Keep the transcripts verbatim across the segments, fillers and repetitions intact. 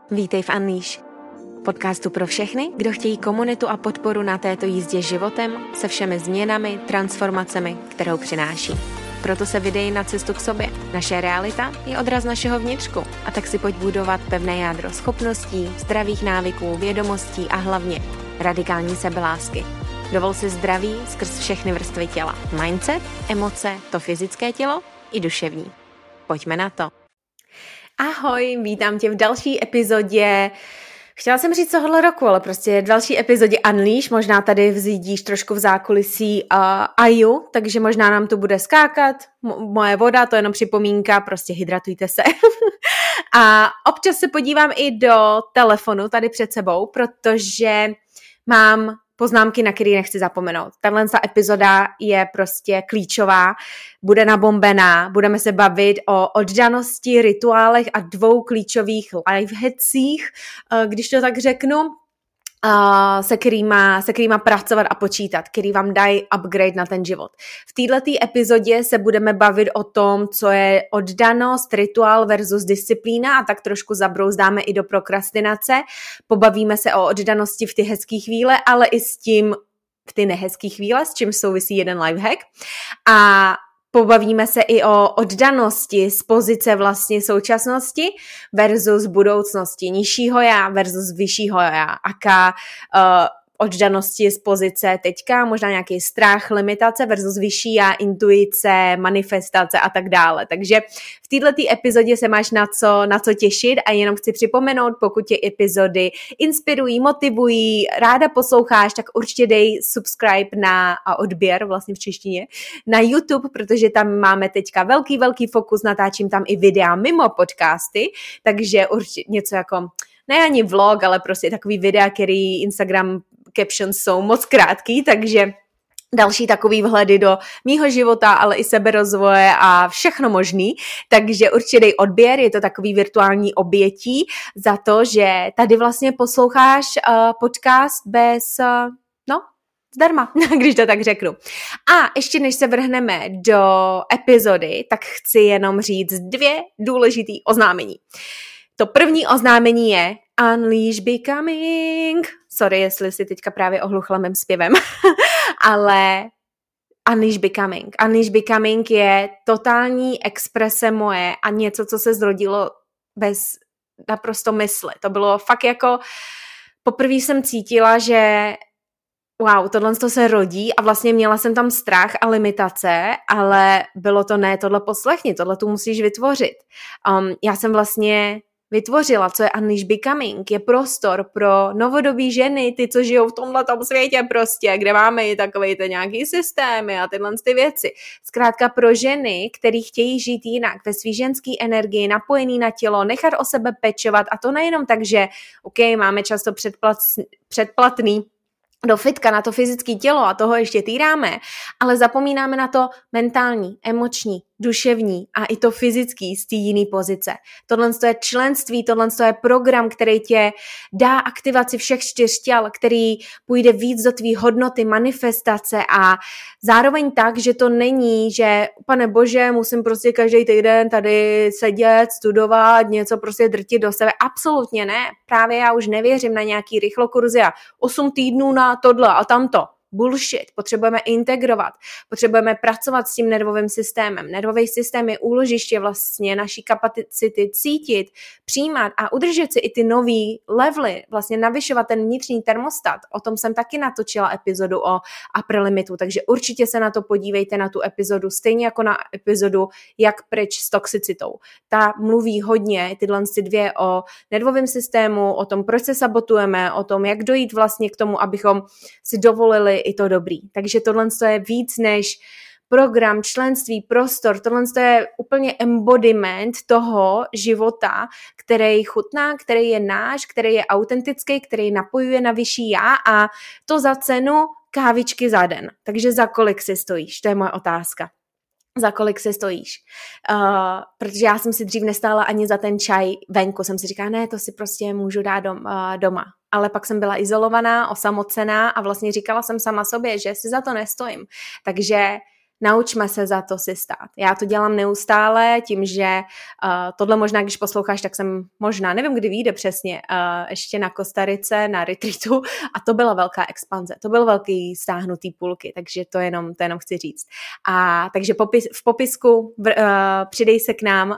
Vítej v Unleash, podcastu pro všechny, kdo chtějí komunitu a podporu na této jízdě životem se všemi změnami, transformacemi, kterou přináší. Proto se vydej na cestu k sobě. Naše realita je odraz našeho vnitřku a tak si pojď budovat pevné jádro schopností, zdravých návyků, vědomostí a hlavně radikální sebelásky. Dovol si zdraví skrz všechny vrstvy těla. Mindset, emoce, to fyzické tělo i duševní. Pojďme na to. Ahoj, vítám tě v další epizodě. Chtěla jsem říct tohle roku, ale prostě v další epizodě Unleash, možná tady vzídíš trošku v zákulisí uh, Aju, takže možná nám tu bude skákat. M- moje voda, to je jenom připomínka, prostě hydratujte se. A občas se podívám i do telefonu tady před sebou, protože mám poznámky, na které nechci zapomenout. Tahle epizoda je prostě klíčová, bude nabombená, budeme se bavit o oddanosti, rituálech a dvou klíčových lifehacksích, když to tak řeknu, se kterýma, se kterýma pracovat a počítat, který vám dají upgrade na ten život. V této epizodě se budeme bavit o tom, co je oddanost, rituál versus disciplína a tak trošku zabrouzdáme i do prokrastinace. Pobavíme se o oddanosti v ty hezké chvíle, ale i s tím v ty nehezké chvíle, s čím souvisí jeden lifehack. A pobavíme se i o oddanosti z pozice vlastně současnosti versus budoucnosti, nižšího já versus vyššího já. Aká uh, oddanosti z pozice teďka, možná nějaký strach, limitace versus vyšší já, intuice, manifestace a tak dále. Takže v této epizodě se máš na co, na co těšit a jenom chci připomenout, pokud tě epizody inspirují, motivují, ráda posloucháš, tak určitě dej subscribe na a odběr vlastně v češtině na YouTube, protože tam máme teďka velký, velký fokus, natáčím tam i videa mimo podcasty, takže určitě něco jako ne ani vlog, ale prostě takový videa, který Instagram captions jsou moc krátký, takže další takový vhledy do mýho života, ale i seberozvoje a všechno možný, takže určitě dej odběr, je to takový virtuální obětí za to, že tady vlastně posloucháš uh, podcast bez, uh, no, zdarma, když to tak řeknu. A ještě než se vrhneme do epizody, tak chci jenom říct dvě důležitý oznámení. To první oznámení je Unleash Becoming. Sorry, jestli si teďka právě ohluchla mým zpěvem, ale Unleash Becoming. Unleash Becoming je totální exprese moje a něco, co se zrodilo bez naprosto mysli. To bylo fakt jako, poprvé jsem cítila, že wow, tohle to se rodí a vlastně měla jsem tam strach a limitace, ale bylo to ne, tohle poslechni, tohle tu musíš vytvořit. Um, já jsem vlastně vytvořila, co je Unleash Becoming, je prostor pro novodobí ženy, ty, co žijou v tomhletom světě prostě, kde máme i takovej ty nějaký systémy a tyhle ty věci. Zkrátka pro ženy, který chtějí žít jinak, ve svý ženský energii, napojený na tělo, nechat o sebe pečovat a to nejenom tak, že OK, máme často předplat, předplatný do fitka na to fyzické tělo a toho ještě týráme, ale zapomínáme na to mentální, emoční, duševní a i to fyzický z té jiné pozice. Tohle je členství, tohle je program, který tě dá aktivaci všech čtyř těl, který půjde víc do tvý hodnoty, manifestace a zároveň tak, že to není, že pane bože, musím prostě každý týden tady sedět, studovat, něco prostě drtit do sebe. Absolutně ne. Právě já už nevěřím na nějaký rychlokurzy a osm týdnů na tohle a tamto. Bullshit. Potřebujeme integrovat, potřebujeme pracovat s tím nervovým systémem. Nervový systém je úložiště vlastně naší kapacity cítit, přijímat a udržet si i ty nový levely, vlastně navyšovat ten vnitřní termostat. O tom jsem taky natočila epizodu o upper limitu, takže určitě se na to podívejte, na tu epizodu, stejně jako na epizodu Jak pryč s toxicitou. Ta mluví hodně, tyhle dvě, o nervovém systému, o tom, proč se sabotujeme, o tom, jak dojít vlastně k tomu, abychom si dovolili i to dobrý. Takže tohle je víc než program, členství, prostor, tohle je úplně embodiment toho života, který chutná, který je náš, který je autentický, který napojuje na vyšší já a to za cenu kávičky za den. Takže za kolik si stojíš? To je moje otázka. Za kolik se stojíš? Uh, protože já jsem si dřív nestála ani za ten čaj venku. Jsem si říkala, ne, to si prostě můžu dát dom, uh, doma. Ale pak jsem byla izolovaná, osamocená a vlastně říkala jsem sama sobě, že si za to nestojím. Takže naučme se za to si stát. Já to dělám neustále tím, že uh, tohle možná, když posloucháš, tak jsem možná, nevím, kdy vyjde přesně, uh, ještě na Kostarice, na retreatu a to byla velká expanze. To byl velký stáhnutý půlky, takže to jenom, to jenom chci říct. A takže popis, v popisku v, uh, přidej se k nám uh,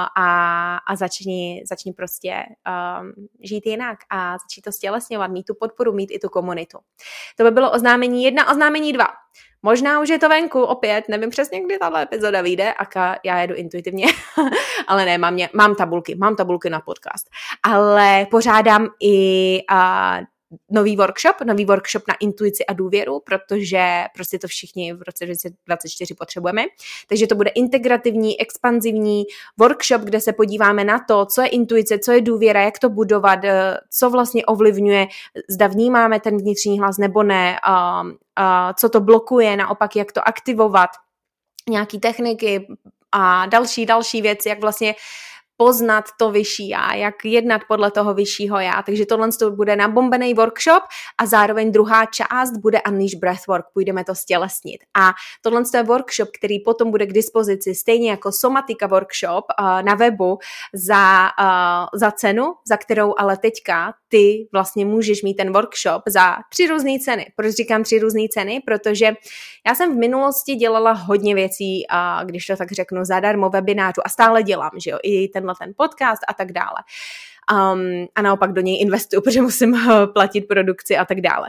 a, a začni, začni prostě um, žít jinak a začni to stělesňovat, mít tu podporu, mít i tu komunitu. To by bylo oznámení jedna, oznámení dva. Možná už je to venku, opět, nevím přesně, kdy tato epizoda vyjde, a já jedu intuitivně, ale ne, mám, mám tabulky, mám tabulky na podcast, ale pořádám i uh, nový workshop, nový workshop na intuici a důvěru, protože prostě to všichni v roce dvacet dvacet čtyři potřebujeme. Takže to bude integrativní, expanzivní workshop, kde se podíváme na to, co je intuice, co je důvěra, jak to budovat, co vlastně ovlivňuje, zda vnímáme ten vnitřní hlas nebo ne, a, a co to blokuje, naopak jak to aktivovat, nějaký techniky a další, další věci, jak vlastně poznat to vyšší já, jak jednat podle toho vyššího já. Takže tohle bude nabombený workshop a zároveň druhá část bude Unleash Breathwork, půjdeme to stělesnit. A tohle je workshop, který potom bude k dispozici stejně jako Somatika workshop uh, na webu za, uh, za cenu, za kterou ale teďka ty vlastně můžeš mít ten workshop za tři různé ceny. Proč říkám tři různé ceny? Protože já jsem v minulosti dělala hodně věcí, uh, když to tak řeknu, zadarmo webinářů a stále dělám, že jo, i tenhle ten podcast a tak dále. Um, a naopak do něj investuju, protože musím platit produkci a tak dále.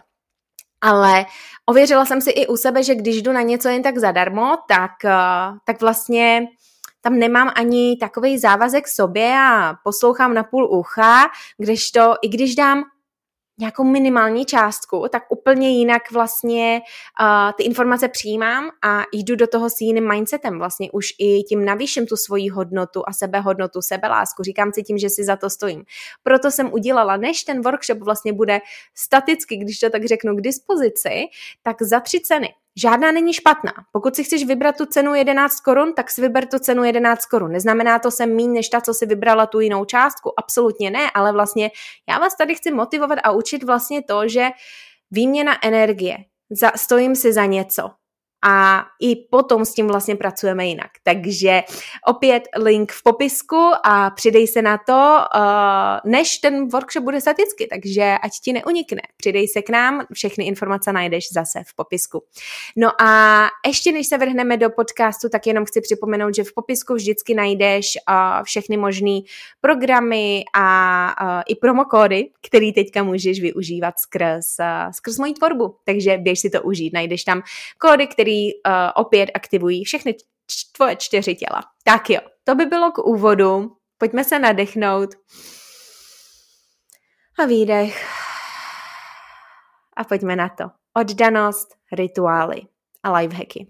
Ale ověřila jsem si i u sebe, že když jdu na něco jen tak zadarmo, tak, uh, tak vlastně tam nemám ani takovej závazek sobě a poslouchám na půl ucha, kdežto i když dám nějakou minimální částku, tak úplně jinak vlastně uh, ty informace přijímám a jdu do toho s jiným mindsetem. Vlastně už i tím navýším tu svoji hodnotu a sebehodnotu, sebelásku. Říkám si tím, že si za to stojím. Proto jsem udělala, než ten workshop vlastně bude staticky, když to tak řeknu, k dispozici, tak za tři ceny. Žádná není špatná. Pokud si chceš vybrat tu cenu jedenáct korun, tak si vyber tu cenu jedenáct korun. Neznamená to sem míň než ta, co si vybrala tu jinou částku. Absolutně ne, ale vlastně já vás tady chci motivovat a učit vlastně to, že výměna energie, za, stojím si za něco a i potom s tím vlastně pracujeme jinak. Takže opět link v popisku a přidej se na to, uh, než ten workshop bude staticky, takže ať ti neunikne. Přidej se k nám, všechny informace najdeš zase v popisku. No a ještě než se vrhneme do podcastu, tak jenom chci připomenout, že v popisku vždycky najdeš uh, všechny možný programy a uh, i promokódy, který teďka můžeš využívat skrz, uh, skrz moji tvorbu. Takže běž si to užít. Najdeš tam kódy, který Uh, opět aktivují všechny č- tvoje čtyři těla. Tak jo, to by bylo k úvodu. Pojďme se nadechnout. A výdech. A pojďme na to. Oddanost, rituály a lifehacky.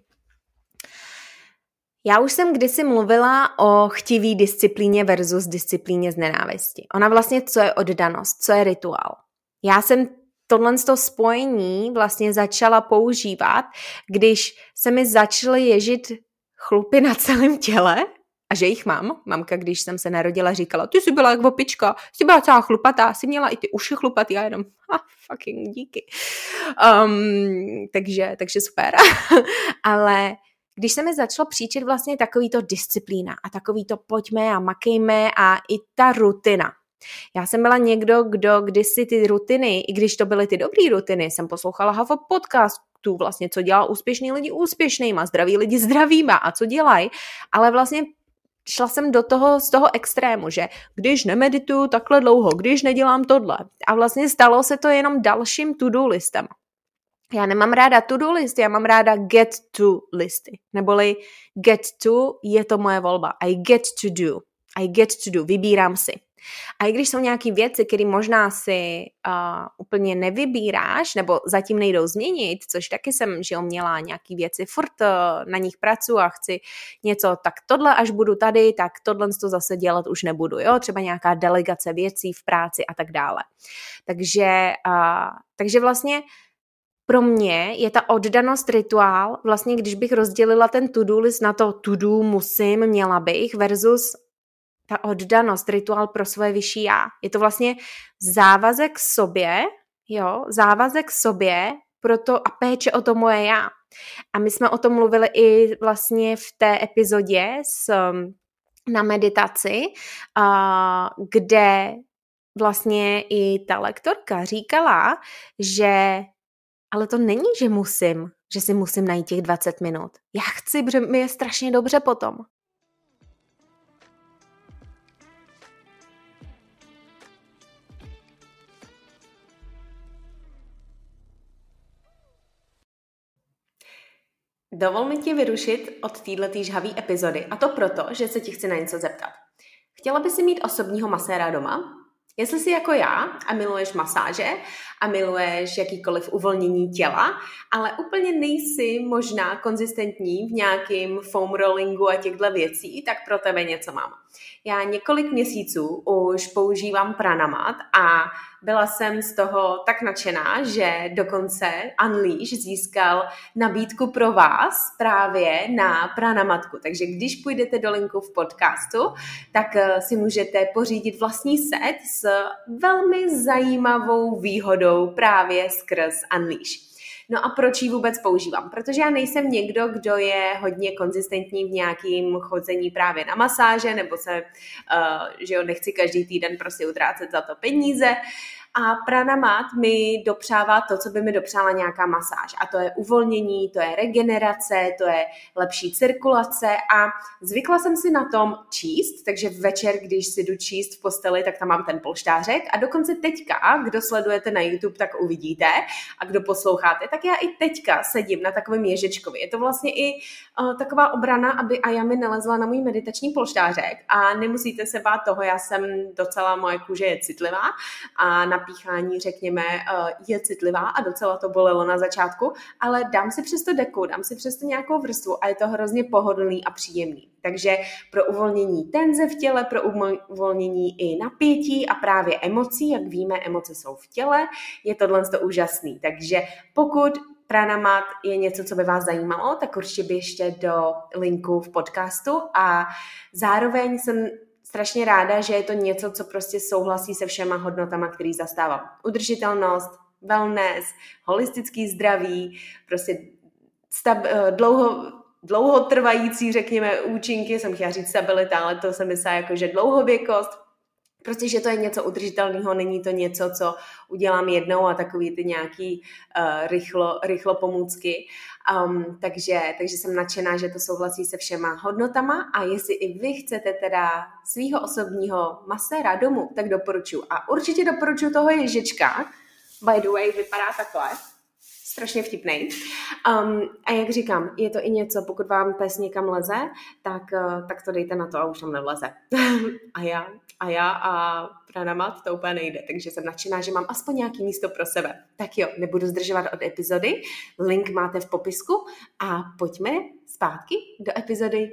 Já už jsem kdysi mluvila o chtivý disciplíně versus disciplíně z nenávisti. Ona vlastně, co je oddanost, co je rituál. Já jsem tohle spojení vlastně začala používat, když se mi začaly ježit chlupy na celém těle, a že jich mám. Mamka, když jsem se narodila, říkala, ty jsi byla jak opička, jsi byla celá chlupatá, jsi měla i ty uši chlupatý, já jenom, ha, fucking díky. Um, takže, takže super. Ale když se mi začalo příčit vlastně takovýto disciplína a takovýto pojďme a makejme a i ta rutina. Já jsem byla někdo, kdo kdysi ty rutiny, i když to byly ty dobrý rutiny, jsem poslouchala Havo podcastů, vlastně co dělá úspěšný lidi úspěšnýma, zdraví lidi zdravýma a co dělají, ale vlastně šla jsem do toho, z toho extrému, že když nemedituju takhle dlouho, když nedělám tohle a vlastně stalo se to jenom dalším to-do listem. Já nemám ráda to-do list, já mám ráda get-to listy, neboli get-to je to moje volba, I get to do, I get to do, vybírám si. A i když jsou nějaké věci, které možná si uh, úplně nevybíráš, nebo zatím nejdou změnit, což taky jsem, že měla nějaké věci, furt uh, na nich pracuji a chci něco, tak tohle, až budu tady, tak tohle to zase dělat už nebudu, jo, třeba nějaká delegace věcí v práci a tak dále. Takže, uh, takže vlastně pro mě je ta oddanost rituál, vlastně když bych rozdělila ten to-do list na to to-do musím, měla bych, versus ta oddanost, rituál pro svoje vyšší já. Je to vlastně závazek sobě, jo, závazek sobě proto a péče o to moje já. A my jsme o tom mluvili i vlastně v té epizodě s, na meditaci, kde vlastně i ta lektorka říkala, že ale to není, že musím, že si musím najít těch dvacet minut. Já chci, protože mi je strašně dobře potom. Dovol mi tě vyrušit od této žhavé epizody, a to proto, že se ti chci na něco zeptat. Chtěla by si mít osobního maséra doma? Jestli jsi jako já a miluješ masáže a miluješ jakýkoliv uvolnění těla, ale úplně nejsi možná konzistentní v nějakým foam rollingu a těchto věcí, tak pro tebe něco mám. Já několik měsíců už používám Pranamat a byla jsem z toho tak nadšená, že dokonce Unleash získal nabídku pro vás právě na Pranamatku. Takže když půjdete do linku v podcastu, tak si můžete pořídit vlastní set s velmi zajímavou výhodou právě skrz Unleash. No a proč ji vůbec používám? Protože já nejsem někdo, kdo je hodně konzistentní v nějakým chodzení právě na masáže, nebo se, uh, že jo, nechci každý týden prostě utrácet za to peníze. A Pranamat mi dopřává to, co by mi dopřála nějaká masáž. A to je uvolnění, to je regenerace, to je lepší cirkulace a zvykla jsem si na tom číst, takže večer, když si jdu číst v posteli, tak tam mám ten polštářek a dokonce teďka, kdo sledujete na YouTube, tak uvidíte a kdo posloucháte, tak já i teďka sedím na takovém ježečkovi. Je to vlastně i uh, taková obrana, aby Aja mi nelezla na můj meditační polštářek a nemusíte se bát toho, já jsem docela, moje kůže je citlivá a na píchání, řekněme, je citlivá a docela to bolelo na začátku, ale dám si přesto deku, dám si přesto nějakou vrstvu a je to hrozně pohodlný a příjemný. Takže pro uvolnění tenze v těle, pro uvolnění i napětí a právě emocí, jak víme, emoce jsou v těle, je tohle to úžasný. Takže pokud Pranamat je něco, co by vás zajímalo, tak určitě běžte do linku v podcastu a zároveň jsem strašně ráda, že je to něco, co prostě souhlasí se všema hodnotama, který zastávám. Udržitelnost, wellness, holistický zdraví, prostě stab, dlouho, dlouhotrvající, řekněme, účinky, jsem chtěla říct stabilita, ale to jsem myslela jako, že dlouhověkost, prostě, že to je něco udržitelného, není to něco, co udělám jednou a takový ty nějaký uh, rychlo, rychlo pomůcky. Um, takže, takže jsem nadšená, že to souhlasí se všema hodnotama a jestli i vy chcete teda svýho osobního maséra domů, tak doporučuji. A určitě doporučuji toho ježička. By the way, vypadá takhle. Strašně vtipnej. Um, a jak říkám, je to i něco, pokud vám pes někam leze, tak, uh, tak to dejte na to a už tam nevleze. a já, a já a Pranamat to úplně nejde, takže jsem nadšená, že mám aspoň nějaký místo pro sebe. Tak jo, nebudu zdržovat od epizody, link máte v popisku a pojďme zpátky do epizody.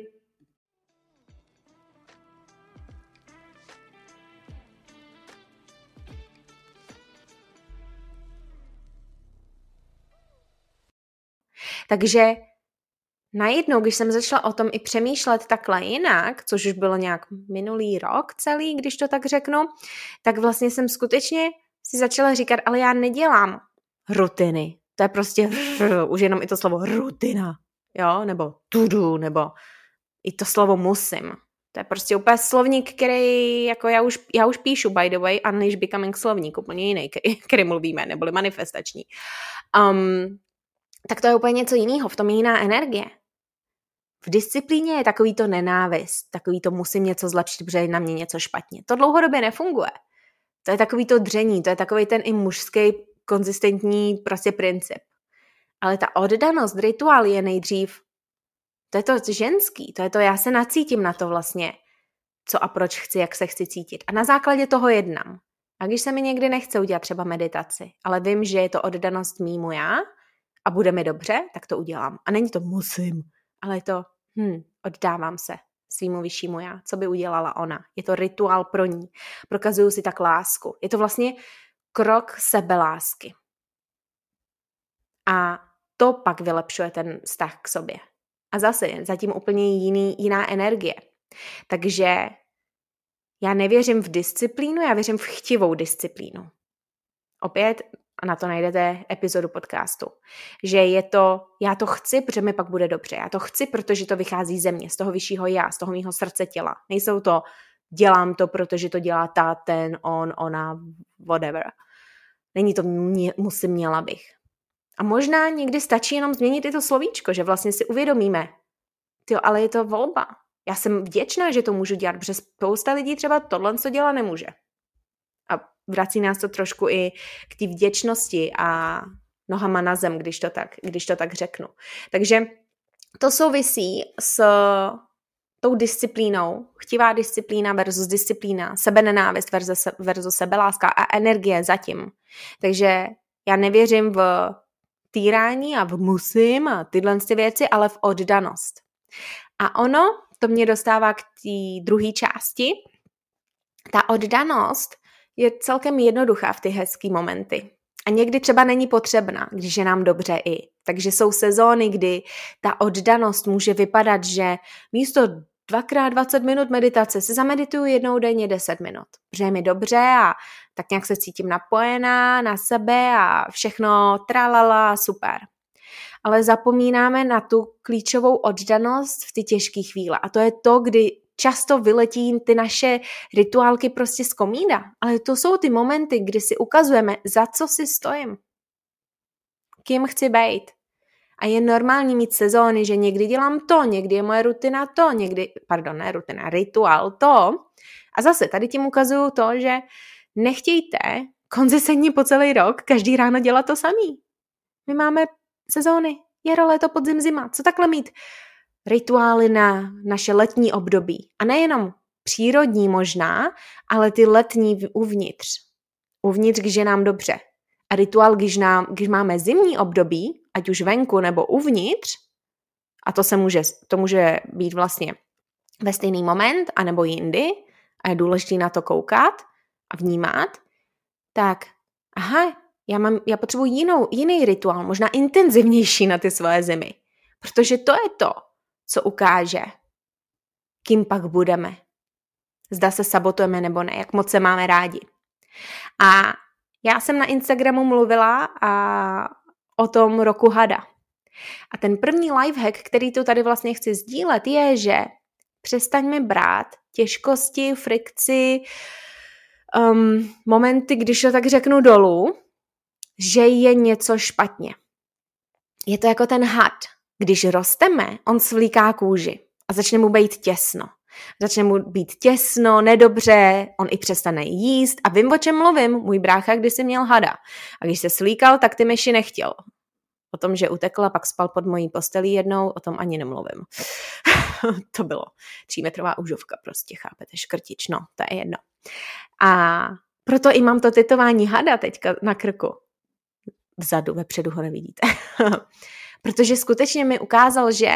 Takže najednou, když jsem začala o tom i přemýšlet takhle jinak, což už bylo nějak minulý rok celý, když to tak řeknu, tak vlastně jsem skutečně si začala říkat, ale já nedělám rutiny. To je prostě už jenom i to slovo rutina, jo, nebo to-do, nebo i to slovo musím. To je prostě úplně slovník, který jako já už, já už píšu, by the way, Unleash Becoming slovník, úplně jiný, který, který mluvíme, neboli manifestační. Um, tak to je úplně něco jiného, v tom je jiná energie. V disciplíně je takový to nenávist, takový to musím něco zlepšit, protože je na mě něco špatně. To dlouhodobě nefunguje. To je takový to dření, to je takový ten i mužský konzistentní prostě princip. Ale ta oddanost, rituál je nejdřív, to je to ženský, to je to, já se nacítím na to vlastně, co a proč chci, jak se chci cítit. A na základě toho jednám. A když se mi někdy nechce udělat třeba meditaci, ale vím, že je to oddanost mýmu já, a bude mi dobře, tak to udělám. A není to musím, ale je to hm, oddávám se svýmu vyššímu já, co by udělala ona. Je to rituál pro ní. Prokazuju si tak lásku. Je to vlastně krok sebelásky. A to pak vylepšuje ten vztah k sobě. A zase zatím úplně jiný, jiná energie. Takže já nevěřím v disciplínu, já věřím v chtivou disciplínu. Opět na to najdete epizodu podcastu. Že je to, já to chci, protože mi pak bude dobře. Já to chci, protože to vychází ze mě, z toho vyššího já, z toho mýho srdce těla. Nejsou to, dělám to, protože to dělá ta, ten, on, ona, whatever. Není to mě, musím, měla bych. A možná někdy stačí jenom změnit i to slovíčko, že vlastně si uvědomíme, tyjo, ale je to volba. Já jsem vděčná, že to můžu dělat, protože spousta lidí třeba tohle, co dělá, nemůže. A vrací nás to trošku i k té vděčnosti a nohama na zem, když to tak, když to tak řeknu. Takže to souvisí s tou disciplínou, chtivá disciplína versus disciplína, sebenenávist versus, versus sebeláska a energie zatím. Takže já nevěřím v týrání a v musím a tyhle ty věci, ale v oddanost. A ono, to mě dostává k té druhé části. Ta oddanost je celkem jednoduchá v ty hezký momenty. A někdy třeba není potřebná, když je nám dobře i. Takže jsou sezóny, kdy ta oddanost může vypadat, že místo dvakrát dvacet minut meditace si zamedituju jednou denně deset minut. Protože je mi dobře a tak nějak se cítím napojená na sebe a všechno tralala, super. Ale zapomínáme na tu klíčovou oddanost v ty těžké chvíle. A to je to, kdy často vyletí ty naše rituálky prostě z komína. Ale to jsou ty momenty, kdy si ukazujeme, za co si stojím. Kým chci být. A je normální mít sezóny, že někdy dělám to, někdy je moje rutina to, někdy, pardon, ne rutina, rituál to. A zase tady tím ukazuju to, že nechtějte konzistentně po celý rok každý ráno dělat to samý. My máme sezóny, jaro, léto, podzim, zima. Co takhle mít? Rituály na naše letní období. A nejenom přírodní možná, ale ty letní uvnitř. Uvnitř, když je nám dobře. A rituál, když, nám, když máme zimní období, ať už venku nebo uvnitř, a to se může, to může být vlastně ve stejný moment, anebo jindy, a je důležité na to koukat a vnímat, tak aha, já, mám, já potřebuji jinou, jiný rituál, možná intenzivnější na ty svoje zimy. Protože to je to, co ukáže, kým pak budeme. Zda se sabotujeme nebo ne, jak moc se máme rádi. A já jsem na Instagramu mluvila a o tom roku hada. A ten první lifehack, který tu tady vlastně chci sdílet, je, že přestaňme brát těžkosti, frikci, um, momenty, když to tak řeknu dolů, že je něco špatně. Je to jako ten had. Když rosteme, on svlíká kůži a začne mu být těsno. Začne mu být těsno, nedobře, on i přestane jíst a vím, o čem mluvím. Můj brácha kdysi měl hada. A když se slíkal, tak ty myši nechtěl. O tom, že utekl a pak spal pod mojí postelí jednou, o tom ani nemluvím. To bylo třímetrová užovka prostě, chápete, škrtič, no, to je jedno. A proto i mám to tetování hada teďka na krku. Vzadu, vepředu ho nevidíte. Protože skutečně mi ukázal, že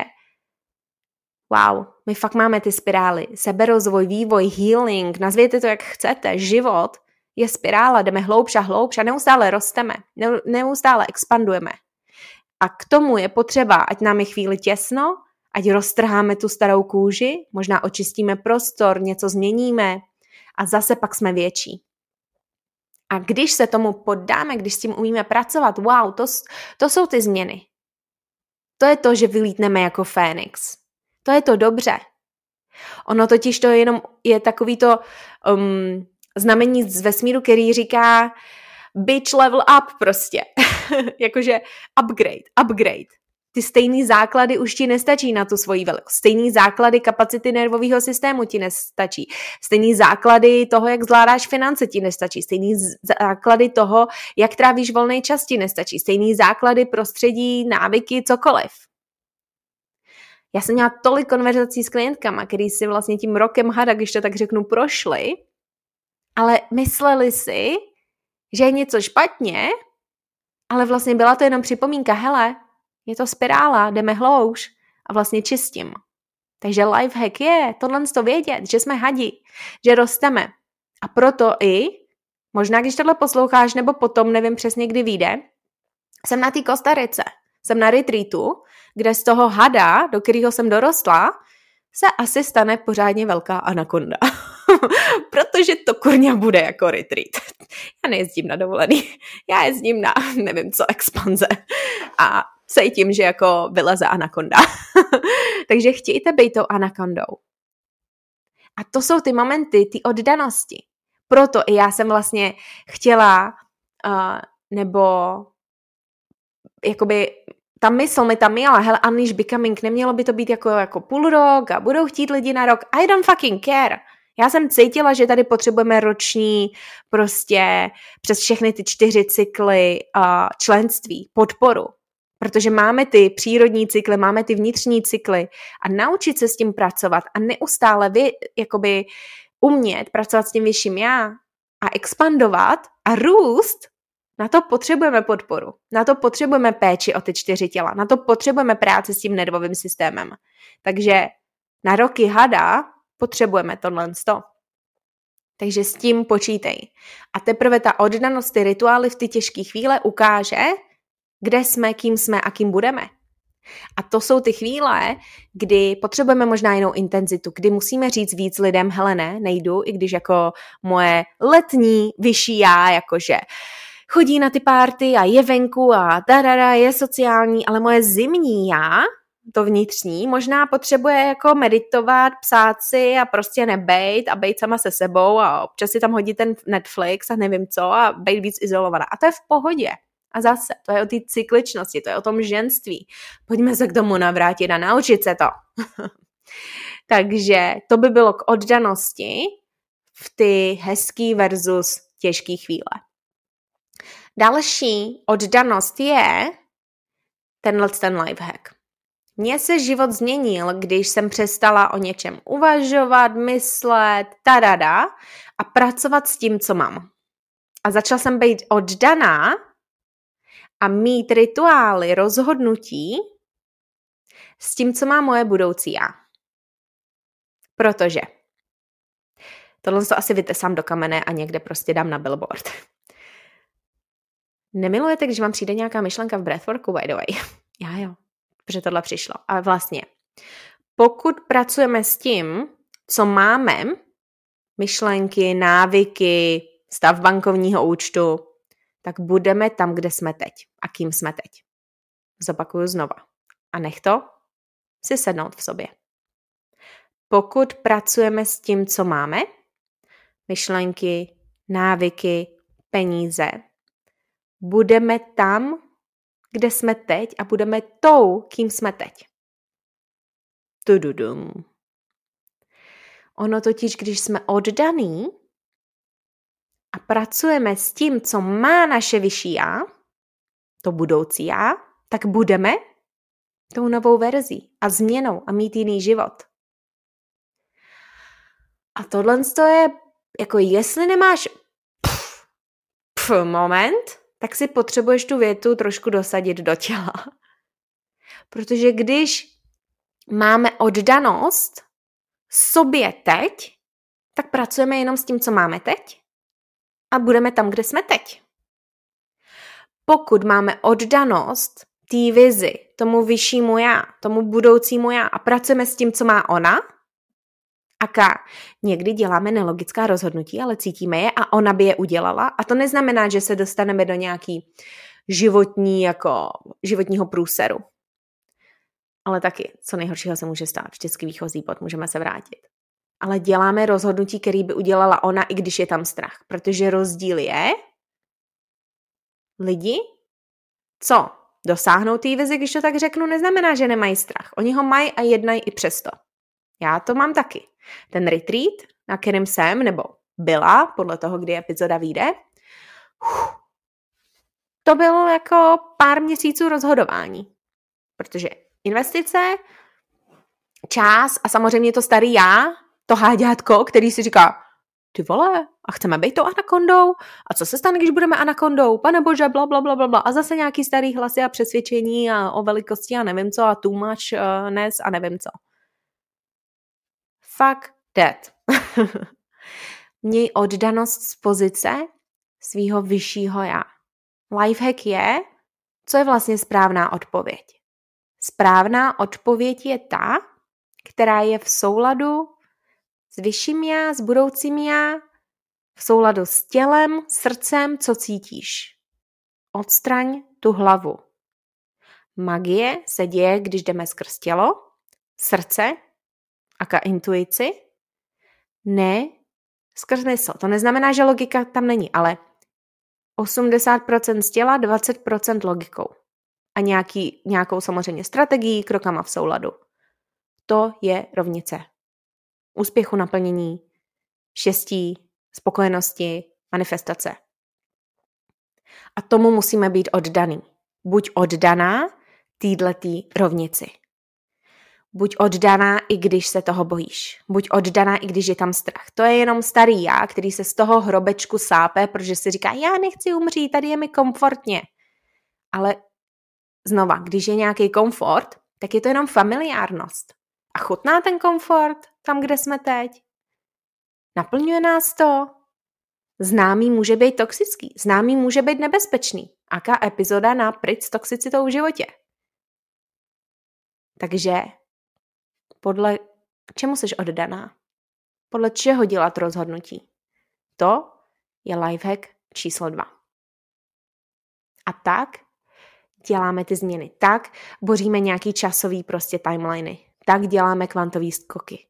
wow, my fakt máme ty spirály. Seberozvoj, vývoj, healing, nazvěte to jak chcete, život je spirála, jdeme hloubš a hloubš a neustále rosteme, neustále expandujeme. A k tomu je potřeba, ať nám je chvíli těsno, ať roztrháme tu starou kůži, možná očistíme prostor, něco změníme a zase pak jsme větší. A když se tomu poddáme, když s tím umíme pracovat, wow, to, to jsou ty změny. To je to, že vylítneme jako Fénix. To je to dobře. Ono totiž to jenom je takový to um, znamení z vesmíru, který říká bitch level up prostě. Jakože upgrade, upgrade. Ty stejný základy už ti nestačí na tu svoji velikost. Stejný základy kapacity nervového systému ti nestačí. Stejný základy toho, jak zvládáš finance, ti nestačí. Stejný základy toho, jak trávíš volný čas, ti nestačí. Stejný základy prostředí, návyky, cokoliv. Já jsem měla tolik konverzací s klientkama, který si vlastně tím rokem hada, když to tak řeknu, prošli, ale mysleli si, že je něco špatně, ale vlastně byla to jenom připomínka, hele, je to spirála, jdeme hlouš a vlastně čistím. Takže lifehack je tohle to vědět, že jsme hadi, že rosteme. A proto i, možná když tohle posloucháš, nebo potom, nevím přesně kdy vyjde, jsem na té Kostarice, jsem na retreatu, kde z toho hada, do kterého jsem dorostla, se asi stane pořádně velká anakonda. protože to kurňa bude jako retreat. Já nejezdím na dovolený, já jezdím na, nevím co, expanze a cítím, že jako vyleze anakonda. Takže chtějte být tou anakondou. A to jsou ty momenty, ty oddanosti. Proto i já jsem vlastně chtěla, uh, nebo jakoby ta mysl mi tam jela, hele, Unleash Becoming, nemělo by to být jako, jako půl rok a budou chtít lidi na rok. I don't fucking care. Já jsem cítila, že tady potřebujeme roční prostě přes všechny ty čtyři cykly uh, členství, podporu. Protože máme ty přírodní cykly, máme ty vnitřní cykly a naučit se s tím pracovat a neustále vy, jakoby umět pracovat s tím vyšším já a expandovat a růst, na to potřebujeme podporu. Na to potřebujeme péči o ty čtyři těla. Na to potřebujeme práci s tím nervovým systémem. Takže na roky hada potřebujeme tohle sto. Takže s tím počítej. A teprve ta oddanost, ty rituály v ty těžké chvíle ukáže, kde jsme, kým jsme a kým budeme. A to jsou ty chvíle, kdy potřebujeme možná jinou intenzitu, kdy musíme říct víc lidem, hele ne, nejdu, i když jako moje letní vyšší já, jakože chodí na ty párty a je venku a tarara, je sociální, ale moje zimní já, to vnitřní, možná potřebuje jako meditovat, psát si a prostě nebejt a bejt sama se sebou a občas si tam hodit ten Netflix a nevím co a bejt víc izolovaná. A to je v pohodě. A zase, to je o té cykličnosti, to je o tom ženství. Pojďme se k tomu navrátit a naučit se to. Takže to by bylo k oddanosti v ty hezký versus těžký chvíle. Další oddanost je tenhle ten lifehack. Mně se život změnil, když jsem přestala o něčem uvažovat, myslet, tadada a pracovat s tím, co mám. A začala jsem být oddaná a mít rituály, rozhodnutí s tím, co má moje budoucí já. Protože tohle to asi vytesám do kamene a někde prostě dám na billboard. Nemilujete, když vám přijde nějaká myšlenka v breathworku, by the way? Já jo, protože tohle přišlo. Ale vlastně, pokud pracujeme s tím, co máme, myšlenky, návyky, stav bankovního účtu, tak budeme tam, kde jsme teď a kým jsme teď. Zopakuju znova. A nech to si sednout v sobě. Pokud pracujeme s tím, co máme, myšlenky, návyky, peníze, budeme tam, kde jsme teď a budeme tou, kým jsme teď. Tududum. Ono totiž, když jsme oddaný a pracujeme s tím, co má naše vyšší já, to budoucí já, tak budeme tou novou verzí a změnou a mít jiný život. A tohle je, jako jestli nemáš pff, pff, moment, tak si potřebuješ tu větu trošku dosadit do těla. Protože když máme oddanost sobě teď, tak pracujeme jenom s tím, co máme teď a budeme tam, kde jsme teď. Pokud máme oddanost té vizi, tomu vyššímu já, tomu budoucímu já a pracujeme s tím, co má ona, aká někdy děláme nelogická rozhodnutí, ale cítíme je a ona by je udělala. A to neznamená, že se dostaneme do nějaký životní, jako životního průseru. Ale taky, co nejhoršího se může stát, vždycky výchozí bod, můžeme se vrátit. Ale děláme rozhodnutí, který by udělala ona, i když je tam strach. Protože rozdíl je lidi, co dosáhnou té vizi, když to tak řeknu, neznamená, že nemají strach. Oni ho mají a jednají i přesto. Já to mám taky. Ten retreat, na kterém jsem, nebo byla, podle toho, kdy epizoda vyjde, to bylo jako pár měsíců rozhodování. Protože investice, čas a samozřejmě to starý já, to háďátko, který si říká, ty vole, a chceme být to anakondou? A co se stane, když budeme anakondou? Pane bože, bla, bla, bla, bla. A zase nějaký starý hlasy a přesvědčení a o velikosti a nevím co a too much uh, ness a nevím co. Fuck that. Měj oddanost z pozice svýho vyššího já. Lifehack je, co je vlastně správná odpověď. Správná odpověď je ta, která je v souladu s vyšším já, s budoucím já, v souladu s tělem, srdcem, co cítíš. Odstraň tu hlavu. Magie se děje, když jdeme skrz tělo, srdce, aka intuici, ne skrz mysl. To neznamená, že logika tam není, ale osmdesát procent z těla, dvacet procent logikou. A nějaký, nějakou samozřejmě strategií, krokama v souladu. To je rovnice. Úspěchu, naplnění, štěstí, spokojenosti, manifestace. A tomu musíme být oddaný. Buď oddaná týhletý rovnici. Buď oddaná, i když se toho bojíš. Buď oddaná, i když je tam strach. To je jenom starý já, který se z toho hrobečku sápe, protože si říká, já nechci umřít, tady je mi komfortně. Ale znova, když je nějaký komfort, tak je to jenom familiárnost. A chutná ten komfort tam, kde jsme teď? Naplňuje nás to? Známý může být toxický, známý může být nebezpečný. Aká epizoda na pryč s toxicitou v životě. Takže podle čemu jsi oddaná? Podle čeho dělat rozhodnutí? To je lifehack číslo dva. A tak děláme ty změny. Tak boříme nějaký časový prostě timeliny. Tak děláme kvantový skoky.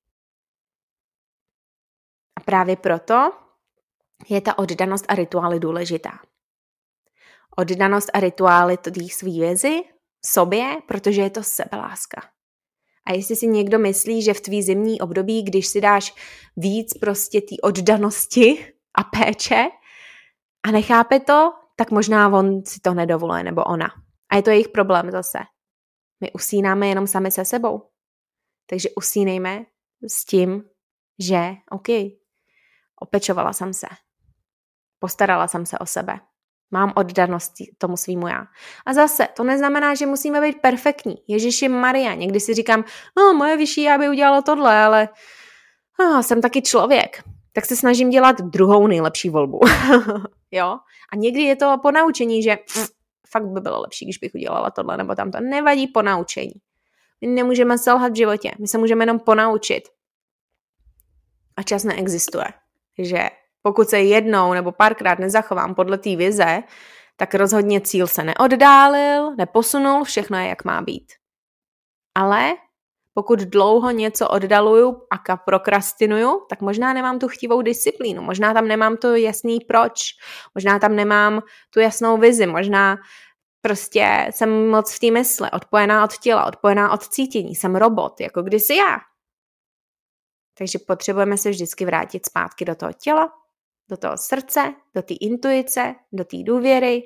A právě proto je ta oddanost a rituály důležitá. Oddanost a rituály tý svý vězi, sobě, protože je to sebeláska. A jestli si někdo myslí, že v tvý zimní období, když si dáš víc prostě té oddanosti a péče a nechápe to, tak možná on si to nedovoluje, nebo ona. A je to jejich problém zase. My usínáme jenom sami se sebou. Takže usínejme s tím, že OK, opečovala jsem se. Postarala jsem se o sebe. Mám oddanost tomu svýmu já. A zase, to neznamená, že musíme být perfektní. Ježiši Maria, někdy si říkám, no, moje vyšší já by udělalo tohle, ale oh, jsem taky člověk. Tak se snažím dělat druhou nejlepší volbu. Jo? A někdy je to po naučení, že pff, fakt by bylo lepší, když bych udělala tohle nebo tamto. Nevadí po naučení. My nemůžeme selhat v životě. My se můžeme jenom ponaučit. A čas neexistuje. Že pokud se jednou nebo párkrát nezachovám podle té vize, tak rozhodně cíl se neoddálil, neposunul, všechno je, jak má být. Ale pokud dlouho něco oddaluju a prokrastinuju, tak možná nemám tu chtivou disciplínu, možná tam nemám to jasný proč, možná tam nemám tu jasnou vizi, možná prostě jsem moc v té mysli, odpojená od těla, odpojená od cítění, jsem robot, jako kdysi já. Takže potřebujeme se vždycky vrátit zpátky do toho těla, do toho srdce, do té intuice, do té důvěry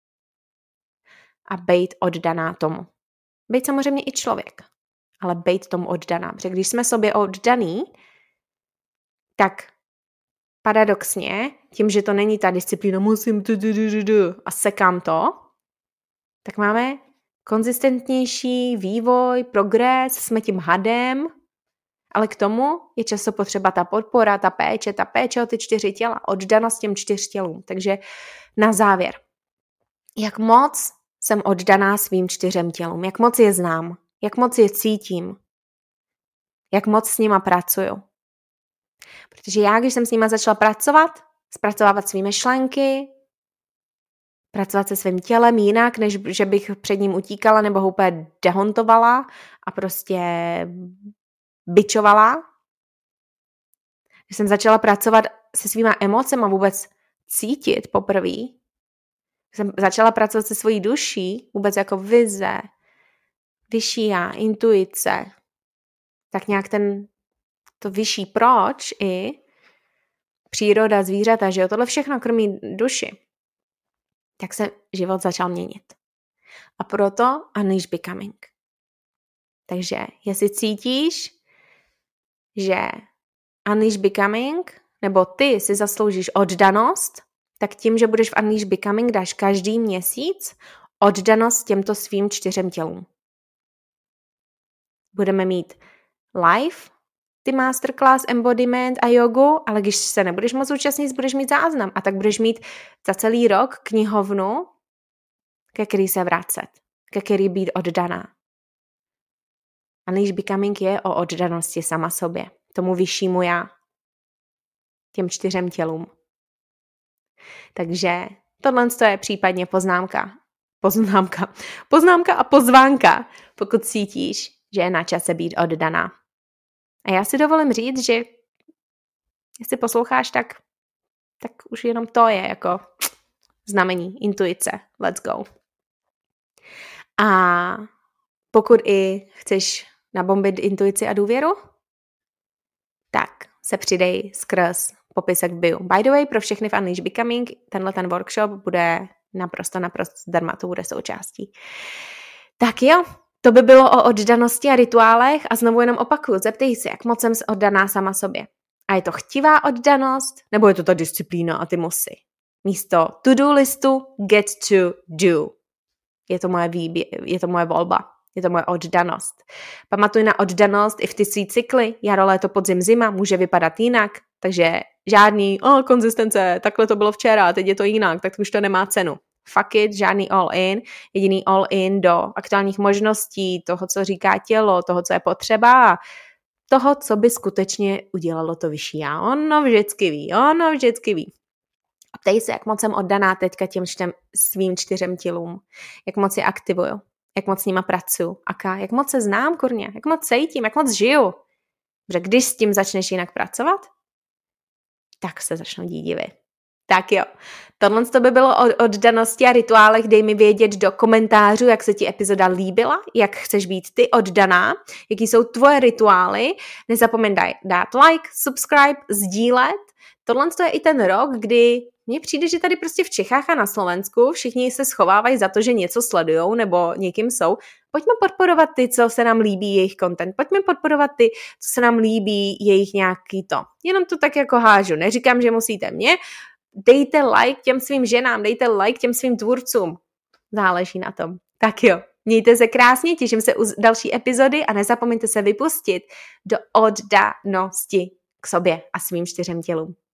a být oddaná tomu. Být samozřejmě i člověk, ale být tomu oddaná. Protože když jsme sobě oddaný, tak paradoxně, tím, že to není ta disciplína, musím a sekám to, tak máme konzistentnější vývoj, progres, jsme tím hadem, ale k tomu je často potřeba ta podpora, ta péče, ta péče o ty čtyři těla, oddanost těm čtyř tělům. Takže na závěr, jak moc jsem oddaná svým čtyřem tělům, jak moc je znám, jak moc je cítím, jak moc s nima pracuju. Protože já, když jsem s nima začala pracovat, zpracovávat svý myšlenky, pracovat se svým tělem jinak, než že bych před ním utíkala nebo ho úplně dehontovala a prostě bičovala. Když jsem začala pracovat se svýma emocema, vůbec cítit poprvé, jsem začala pracovat se svojí duší, vůbec jako vize, vyšší já, intuice, tak nějak ten, to vyšší proč i příroda, zvířata, že jo, tohle všechno krmí duši, tak se život začal měnit. A proto Unleash Becoming. Takže jestli cítíš, že Unleash Becoming, nebo ty si zasloužíš oddanost, tak tím, že budeš v Unleash Becoming, dáš každý měsíc oddanost těmto svým čtyřem tělům. Budeme mít live, ty masterclass, embodiment a jogu, ale když se nebudeš moc účastnit, budeš mít záznam a tak budeš mít za celý rok knihovnu, ke který se vracet, ke který být oddaná. Unleash Becoming je o oddanosti sama sobě, tomu vyššímu já, těm čtyřem tělům. Takže tohle je případně poznámka. Poznámka. Poznámka a pozvánka, pokud cítíš, že je na čase být oddaná. A já si dovolím říct, že jestli posloucháš, tak, tak už jenom to je jako znamení, intuice. Let's go. A pokud i chceš nabombit intuici a důvěru, tak se přidej skrz popisek v bio. By the way, pro všechny v Unleash Becoming, tenhle ten workshop bude naprosto, naprosto zdarma, to bude součástí. Tak jo, to by bylo o oddanosti a rituálech a znovu jenom opakuju, zeptej se, jak moc jsem oddaná sama sobě. A je to chtivá oddanost, nebo je to ta disciplína a ty musí? Místo to-do listu, get to do. Je to moje výběr, je to moje volba. Je to moje oddanost. Pamatuj na oddanost i v ty svý cykly. Jaro, léto, podzim, zima může vypadat jinak, takže žádný oh, konzistence, takhle to bylo včera, teď je to jinak, tak už to nemá cenu. Fuck it, žádný all in, jediný all in do aktuálních možností, toho, co říká tělo, toho, co je potřeba, toho, co by skutečně udělalo to vyšší já. Ono vždycky ví, ono vždycky ví. A ptej se, jak moc jsem oddaná teďka těm čtem, svým čtyřem tělům, jak moc je aktivuju. Jak moc s nima pracuju, aká, jak moc se znám, kurně, jak moc cítím, jak moc žiju. Protože když s tím začneš jinak pracovat, tak se začnou dít divy. Tak jo, tohle to by bylo o oddanosti a rituálech, dej mi vědět do komentářů, jak se ti epizoda líbila, jak chceš být ty oddaná, jaký jsou tvoje rituály, nezapomeň dát like, subscribe, sdílet. Tohle je i ten rok, kdy mně přijde, že tady prostě v Čechách a na Slovensku všichni se schovávají za to, že něco sledujou nebo někým jsou. Pojďme podporovat ty, co se nám líbí jejich content. Pojďme podporovat ty, co se nám líbí jejich nějaký to. Jenom to tak jako hážu. Neříkám, že musíte mě. Dejte like těm svým ženám, dejte like těm svým tvůrcům. Záleží na tom. Tak jo, mějte se krásně, těším se u další epizody a nezapomeňte se vypustit do oddanosti k sobě a svým čtyřem tělům.